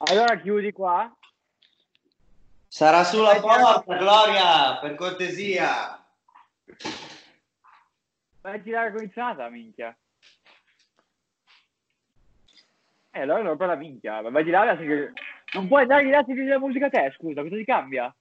Allora chiudi qua. Sarà sulla porta, Gloria, per cortesia. Vai a tirare la condizionata, minchia. Allora non per la minchia. Vai a tirare la... Non puoi andare di là se la musica a te, scusa, cosa ti cambia?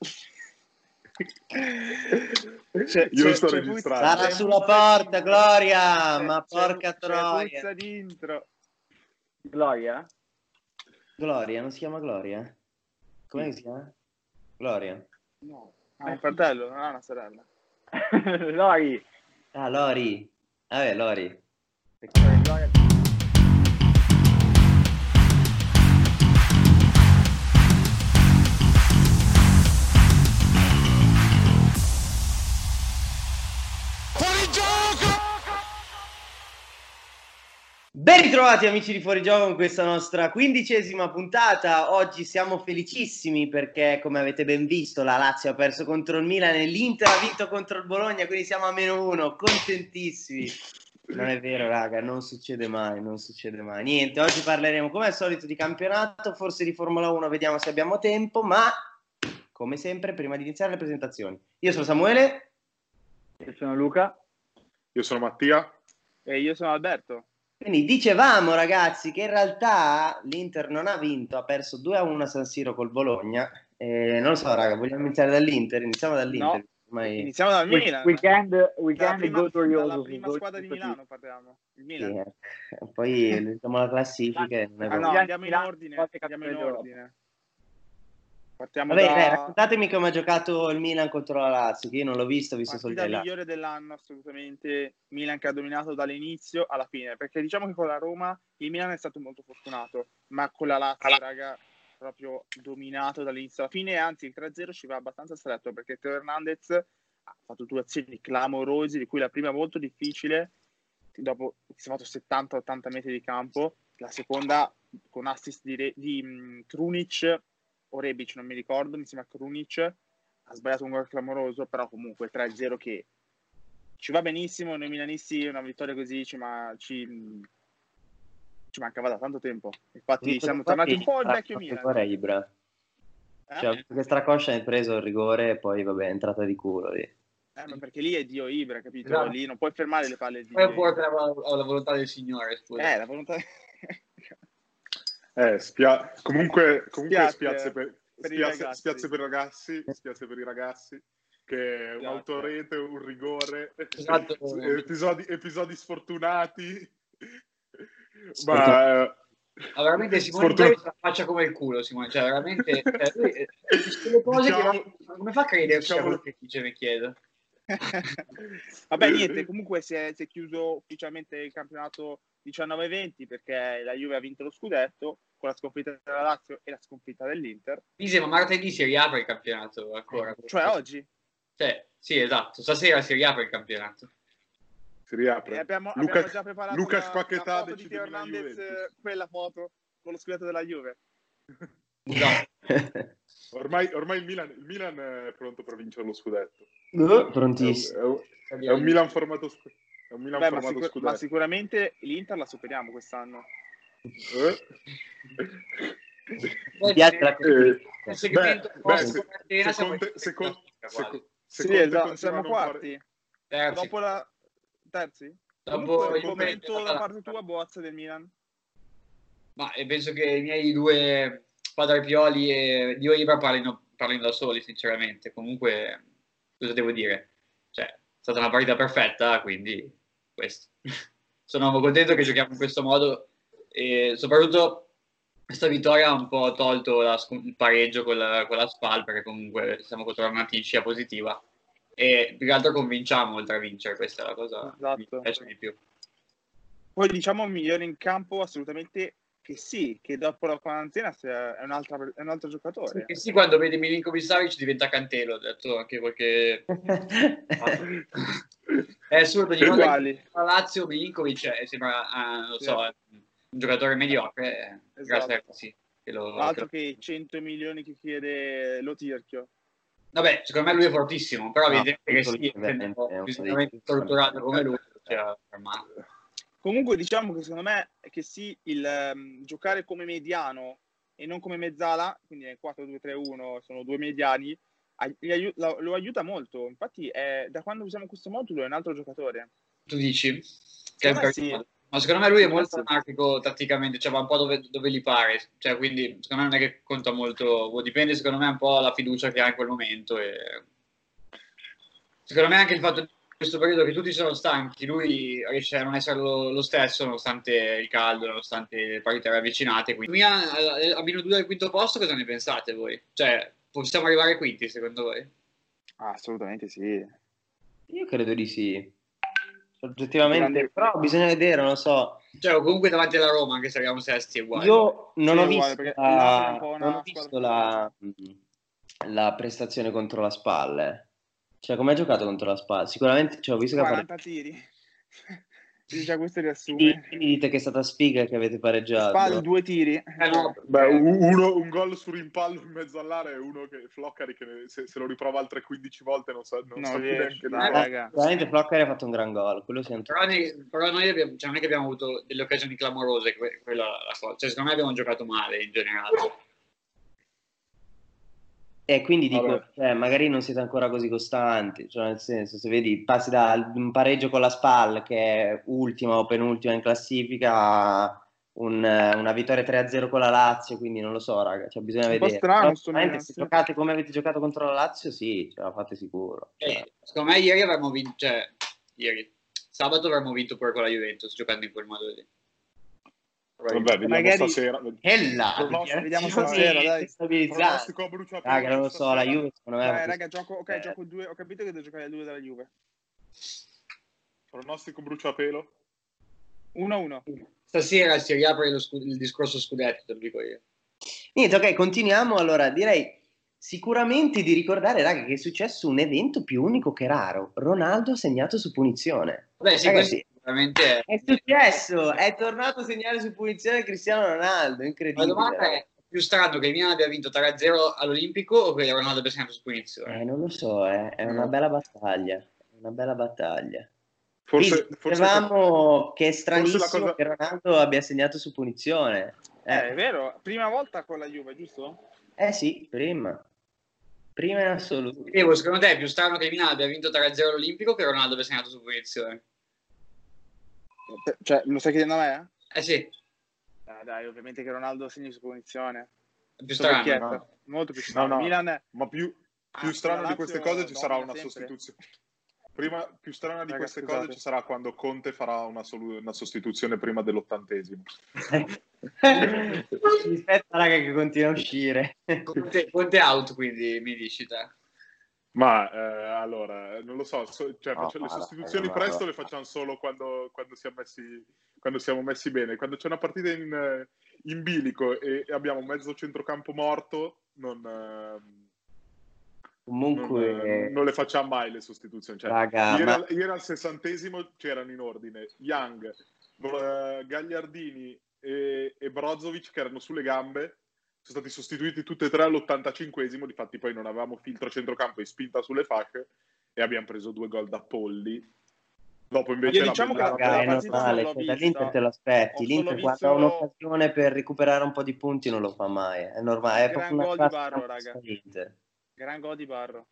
Io sto registrando. Sarà sulla porta, Gloria, ma porca troia. C'è puzza dentro. Gloria? Gloria, non si chiama Gloria? Come si chiama? Gloria. No, ha un fratello, non ha una sorella. Lori. Ah, Lori. Vabbè, Lori. Gloria. Ben ritrovati amici di Fuorigioco in questa nostra 15ª puntata. Oggi siamo felicissimi perché, come avete ben visto, la Lazio ha perso contro il Milan e l'Inter ha vinto contro il Bologna, quindi siamo a -1, contentissimi. Non è vero, raga, non succede mai, non succede mai. Niente, oggi parleremo come al solito di campionato, forse di Formula 1, vediamo se abbiamo tempo, ma come sempre, prima di iniziare le presentazioni. Io sono Samuele. Io sono Luca. Io sono Mattia. E io sono Alberto. Quindi dicevamo, ragazzi, che in realtà l'Inter non ha vinto, ha perso 2-1 a San Siro col Bologna. Non lo so, raga, vogliamo iniziare dall'Inter? Iniziamo dall'Inter. No, ormai... iniziamo dal Milan. Weekend dalla prima squadra di Milano parliamo. Il Milan. Sì, poi leggiamo la classifica. Andiamo in ordine. Partiamo Vabbè, raccontatemi come ha giocato il Milan contro la Lazio, che io non l'ho visto, ho visto solo la migliore dell'anno, assolutamente. Milan che ha dominato dall'inizio alla fine, perché diciamo che con la Roma il Milan è stato molto fortunato, ma con la Lazio, raga, proprio dominato dall'inizio alla fine, anzi il 3-0 ci va abbastanza stretto, perché Teo Hernandez ha fatto 2 azioni clamorose, di cui la prima molto difficile, dopo si è fatto 70-80 metri di campo, la seconda con assist di Krunic o Rebic, non mi ricordo, mi sembra Krunic, ha sbagliato un gol clamoroso, però comunque il 3-0 che ci va benissimo, noi milanisti una vittoria così ci mancava da tanto tempo, infatti siamo tornati un po' al vecchio Milan. Ibra. Cioè, che Stracoscia ha preso il rigore e poi vabbè è entrata di culo lì. Ma perché lì è Dio Ibra, capito? Esatto. Lì non puoi fermare le palle di Poi porta alla volontà del Signore, scusa. La volontà Comunque spiazze per i ragazzi che un autorete, un rigore, esatto. episodi sfortunati. Ma veramente Simone Inzaghi se la faccia come il culo, Simone, cioè veramente queste cose come fa a crederci a quello che dice, mi chiedo. Vabbè, niente, comunque si è chiuso ufficialmente il campionato 19-20 perché la Juve ha vinto lo scudetto con la sconfitta della Lazio e la sconfitta dell'Inter. Ma martedì si riapre il campionato ancora. Cioè oggi? Sì, esatto, stasera si riapre il campionato. Si riapre. Abbiamo già preparato Luca la Spacchetà foto di Teo Hernandez, quella foto con lo scudetto della Juve. No. Ormai il Milan è pronto per vincere lo scudetto. Prontissimo. È un Milan formato scudetto. Ma sicuramente l'Inter la superiamo quest'anno. Siamo quarti. Dopo la terzi? Dopo il commento da parte tua, Boazza del Milan. Ma penso che i miei due padre Pioli e Dio Ibra parlino da soli, sinceramente. Comunque, cosa devo dire? Cioè, è stata una partita perfetta, quindi questo. Sono contento che giochiamo in questo modo e soprattutto questa vittoria ha un po' tolto il pareggio con la Spal, perché comunque siamo tornati in scia positiva e più che altro convinciamo oltre a vincere, questa è la cosa che mi piace di più. Poi diciamo migliore in campo assolutamente che dopo la quarantena è un altro giocatore. Sì, quando vede Milinkovic-Savic diventa Cantelo, ho detto anche perché è assurdo, di quando la Lazio Milinkovic sembra non so, un giocatore mediocre, esatto. Grazie altro che 100 milioni che chiede lo Tirchio. Vabbè, secondo me lui è fortissimo, però vedete che è strutturato come lui, Comunque diciamo che secondo me il giocare come mediano e non come mezzala, quindi nel 4-2-3-1 sono due mediani, lo aiuta molto. Infatti da quando usiamo questo modulo è un altro giocatore. Tu dici? Che Secondo me sì. Ma secondo me lui è Secondo me molto sì. anarchico tatticamente, cioè va un po' dove gli pare, cioè, quindi secondo me non è che conta molto, dipende secondo me un po' la fiducia che ha in quel momento. E secondo me anche il fatto di questo periodo che tutti sono stanchi, lui riesce a non essere lo stesso nonostante il caldo, nonostante le partite ravvicinate. Quindi a -2 del quinto posto cosa ne pensate voi? Cioè, possiamo arrivare quinti secondo voi? Assolutamente sì. Io credo di sì. Oggettivamente, però bisogna vedere, non lo so. Cioè, comunque davanti alla Roma, anche se arriviamo sesti, è uguale. Io non Sì, ho è uguale, visto, perché il Napoli è un po' non una ho visto squadra la prestazione contro la Spalle. Cioè, come ha giocato contro la Spalle? Sicuramente, cioè, ho visto che ha 40 tiri. Quindi già questo quindi riassume. dite che è stata sfiga e che avete pareggiato. Spal 2 tiri. No, Beh, un gol su rimpallo in mezzo all'area e uno che Floccari che se lo riprova altre 15 volte non sa Non più riesce, neanche dai, lui. raga. Sicuramente Floccari ha fatto un gran gol, quello siamo tutti. però noi abbiamo, cioè non è che abbiamo avuto delle occasioni clamorose, quella la cosa. Cioè, secondo me abbiamo giocato male in generale. E quindi dico, Vabbè. cioè, magari non siete ancora così costanti, cioè nel senso, se vedi, passi da un pareggio con la SPAL che è ultima o penultima in classifica a una vittoria 3-0 con la Lazio, quindi non lo so, raga, cioè, bisogna Un po' vedere. strano Però sto sicuramente Milan, se sì. giocate come avete giocato contro la Lazio, sì, ce la fate sicuro. Cioè. Secondo me ieri avremmo vinto, cioè, sabato avremmo vinto pure con la Juventus, giocando in quel modo lì. Vabbè, vediamo Magari- stasera. Vediamo stasera, dai. Pronostico a bruciapelo. Raga, non lo so, la Juve secondo me... Dai, raga, gioco 2. Ho capito che devo giocare a 2 della Juve. Pronostico bruciapelo. 1-1. Stasera si riapre il discorso scudetto, te lo dico io. Niente, ok, continuiamo. Allora, direi sicuramente di ricordare, raga, che è successo un evento più unico che raro. Ronaldo ha segnato su punizione. Beh, sì, Ragazzi, questo sicuramente è successo, è tornato a segnare su punizione Cristiano Ronaldo, La incredibile. domanda raga. è più strano che il Milan abbia vinto 3-0 all'Olimpico o che Ronaldo abbia segnato su punizione? Non lo so, è una bella battaglia, una bella battaglia. Forse Dicevamo che è stranissimo forse la cosa- che Ronaldo abbia segnato su punizione. È vero, prima volta con la Juve, giusto? Sì, prima in assoluto. Dicevo, secondo te è più strano che il Milan abbia vinto 3-0 all'Olimpico o che Ronaldo abbia segnato su punizione? Cioè, lo stai chiedendo a me? Sì, Dai, ovviamente che Ronaldo segni su punizione. è più strano. Vecchietto. no. Molto più strano. No, Milan ma più con strano la di queste Lazio cose ci sarà domina una sempre. sostituzione. Prima, più strana di Raga, queste scusate. cose ci sarà quando Conte farà una sostituzione prima dell'80°. Aspetta, raga, che continua a uscire. Conte out, quindi mi dici te. Ma allora, non lo so, cioè, No, le sostituzioni presto le facciamo solo quando siamo messi bene. Quando c'è una partita in bilico e abbiamo mezzo centrocampo morto, Comunque, non le facciamo mai le sostituzioni. Cioè, raga, ieri al 60° c'erano in ordine Young, Gagliardini e Brozovic che erano sulle gambe. Sono stati sostituiti tutti e tre all'85°, difatti poi non avevamo filtro centrocampo e spinta sulle fasce e abbiamo preso 2 gol da polli. Dopo invece Io diciamo che la raga, è partita normale, non l'ho cioè, vista. dall'Inter te lo aspetti, Ho l'Inter solo quando visto ha un'occasione per recuperare un po' di punti non lo fa mai, è normale, è gran proprio una gol di classica Barro, raga. mossa Inter. Gran gol di Barro.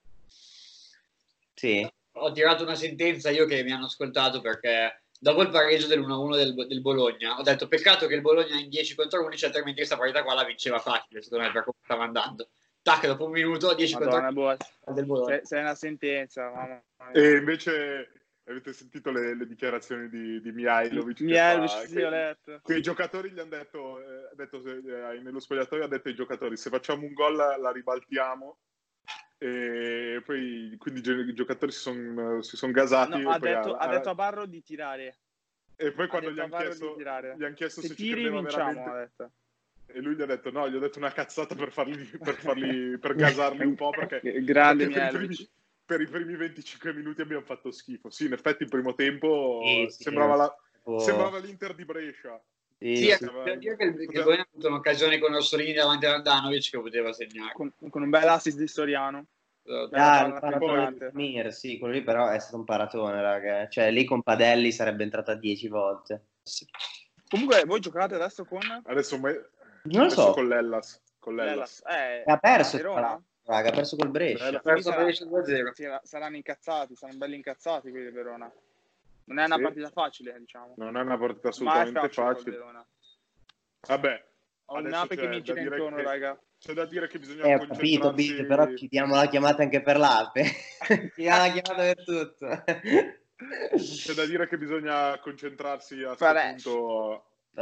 Sì, Ho tirato una sentenza io che mi hanno ascoltato perché dopo il pareggio dell'1-1 del Bologna ho detto peccato che il Bologna in 10 contro 11 altrimenti questa partita qua la vinceva facile secondo me per come stava andando. Tac, dopo un minuto 10 Madonna, contro 11 del Bologna. sei una sentenza, mamma mia. E invece avete sentito le dichiarazioni di Mihajlovic? Mihajlovic, sì, ho letto. Quei giocatori gli hanno detto, nello spogliatoio ha detto ai giocatori se facciamo un gol la ribaltiamo. E poi quindi i giocatori si sono gasati. No, ha detto a Barro di tirare. E poi quando gli detto a hanno Barro di chiesto se se ci tiri credeva vinciamo, veramente, ha detto. e lui gli ha detto no, gli ho detto una cazzata per gasarli un po' perché Grande perché per i primi 25 minuti abbiamo fatto schifo. Sì, in effetti il primo tempo sì, sembrava l'Inter di Brescia. Sì, per dire che il Bologna ha avuto un'occasione con Orsolini davanti a Andanovic che poteva segnare. Con un bel assist di Soriano. il paratone di Mir, sì, quello lì però è stato un paratone, raga. Cioè lì con Padelli sarebbe entrata 10 volte. Comunque voi giocate adesso con? Adesso Non lo Adesso so. con l'Hellas. Con l'Hellas. Ha perso, Verona? raga, ha perso col Brescia. Bella. Perso Sarà- Brescia 2-0. Sì, saranno incazzati, saranno belli incazzati quelli di Verona. Non è una Sì. partita facile, diciamo. Non è una partita Ma è assolutamente facile col facile. Verona. Vabbè, Ho un adesso ape che c'è mi da gira dire intorno, che- raga. c'è da dire che bisogna Ho capito, concentrarsi. Bit, però ci diamo la chiamata anche per l'ape. Ci diamo la chiamata per tutto. C'è da dire che bisogna concentrarsi a questo Paresh. punto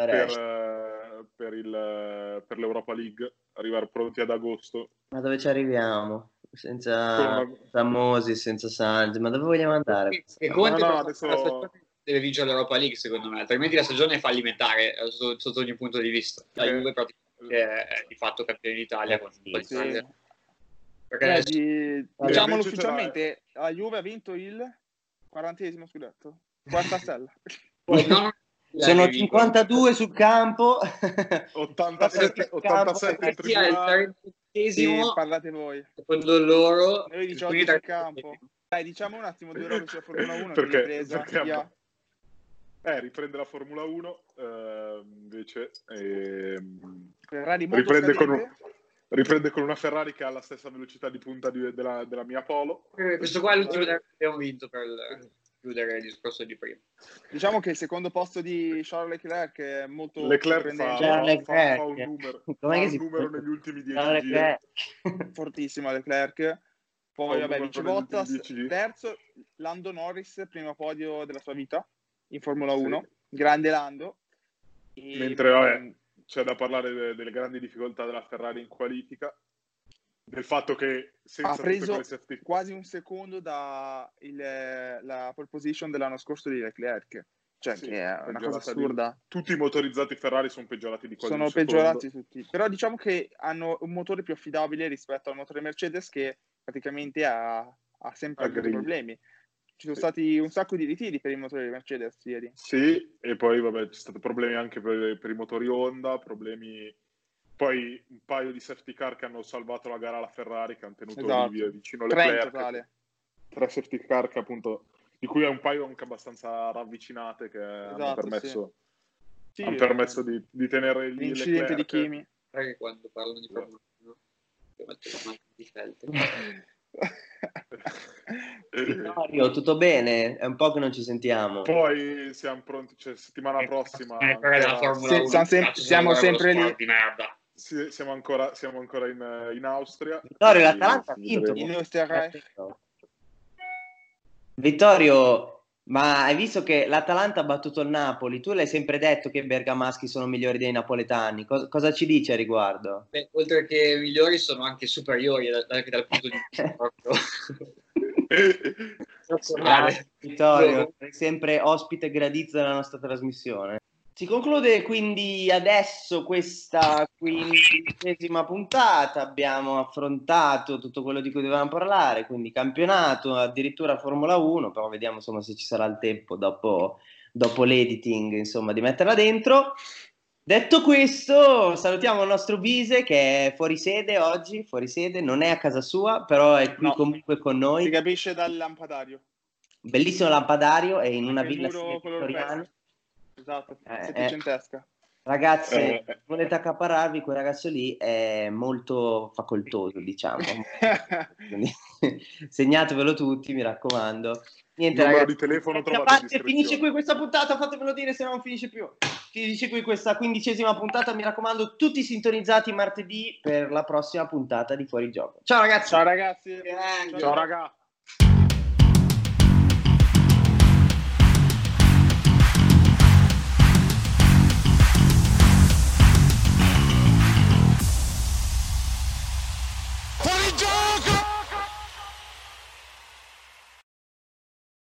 per l'Europa League, arrivare pronti ad agosto. Ma dove ci arriviamo? Senza Con una- Mosi, senza Sanzi, ma dove vogliamo andare? E Conte No, per adesso- la stagione deve vincere l'Europa League, secondo me, altrimenti la stagione è fallimentare sotto ogni punto di vista. La Juve praticamente è di fatto campione d'Italia con un po' di Sì. grande- Perché adesso- Diciamolo invece ufficialmente, la Juve ha vinto il 40esimo scudetto. Quarta stella. non- Sono 52 sul campo. 87 87 in Chi è il tribunale. 30esimo, Parlate voi. secondo loro, Noi 18 quindi sul campo. Dai, diciamo un attimo due robe sulla Formula 1 Perché- che è ripresa. perché- via. Riprende la Formula 1, invece. Ferrari molto Riprende con una Ferrari che ha la stessa velocità di punta della mia Polo. questo qua è l'ultimo che abbiamo vinto per chiudere il discorso di prima. Diciamo che il secondo posto di Charles Leclerc è molto Leclerc sorprendente. fa un numero, Com'è fa che un si numero chiama? negli ultimi 10 Charles giri. Leclerc. Fortissimo Leclerc. Poi Fa un vabbè, numero vince negli ultimi Bottas, 10 giri. terzo Lando Norris, primo podio della sua vita in Formula 1, Sì. grande Lando. E- Mentre vabbè, c'è da parlare delle grandi difficoltà della Ferrari in qualifica, del fatto che senza ha tutte preso quelle safety- quasi un secondo la pole position dell'anno scorso di Leclerc, cioè Sì, che è una cosa peggiorata assurda. tutti i motorizzati Ferrari sono peggiorati di quasi Sono un secondo. peggiorati tutti, però diciamo che hanno un motore più affidabile rispetto al motore Mercedes che praticamente ha sempre avuto Agreed. problemi. Ci sono Sì. stati un sacco di ritiri per il motore Mercedes ieri. Sì, e poi vabbè, ci sono stati problemi anche per i motori Honda, poi un paio di safety car che hanno salvato la gara alla Ferrari, che hanno tenuto Esatto. lì vicino 3 in Leclerc. totale. 3 safety car che appunto, di cui un paio anche abbastanza ravvicinate, che hanno Esatto, permesso, Sì, hanno permesso di tenere lì l'incidente di Leclerc. Kimi. Perché quando parlano di Formula 1 devo mettere la mano di Feltre. Vittorio, tutto bene? È un po' che non ci sentiamo. Poi siamo pronti, cioè settimana prossima della ancora- Formula Sì, 1, siamo sempre lì. di merda. sì, siamo ancora in Austria. Vittorio, Quindi l'Atalanta ha vinto. vedremo. In Österreich. Vittorio, ma hai visto che l'Atalanta ha battuto il Napoli? Tu l'hai sempre detto che i bergamaschi sono migliori dei napoletani. Cosa ci dici a riguardo? Beh, oltre che migliori sono anche superiori anche dal punto di vista proprio personale. Vittorio, sei sempre ospite gradito della nostra trasmissione. Si conclude quindi adesso questa 15ª puntata. Abbiamo affrontato tutto quello di cui dovevamo parlare, quindi campionato, addirittura Formula 1, però vediamo insomma se ci sarà il tempo dopo l'editing insomma di metterla dentro. Detto questo, salutiamo il nostro Bise che è fuori sede oggi, fuori sede, non è a casa sua, però è qui No. comunque con noi. Si capisce dal lampadario. Bellissimo lampadario, è in una Anche il villa muro color vittoriana. pesca. Esatto, Eh, settecentesca. Ragazzi, se volete accaparrarvi, quel ragazzo lì è molto facoltoso, diciamo. Quindi, segnatevelo tutti, mi raccomando. Niente, Numero ragazzi, di telefono a trovate in parte, descrizione. finisce qui questa puntata, fatemelo dire se non finisce più. Finisce qui questa 15ª puntata, mi raccomando, tutti sintonizzati martedì per la prossima puntata di Fuori Gioco. Ciao ragazzi! Ciao ragazzi. Ciao raga.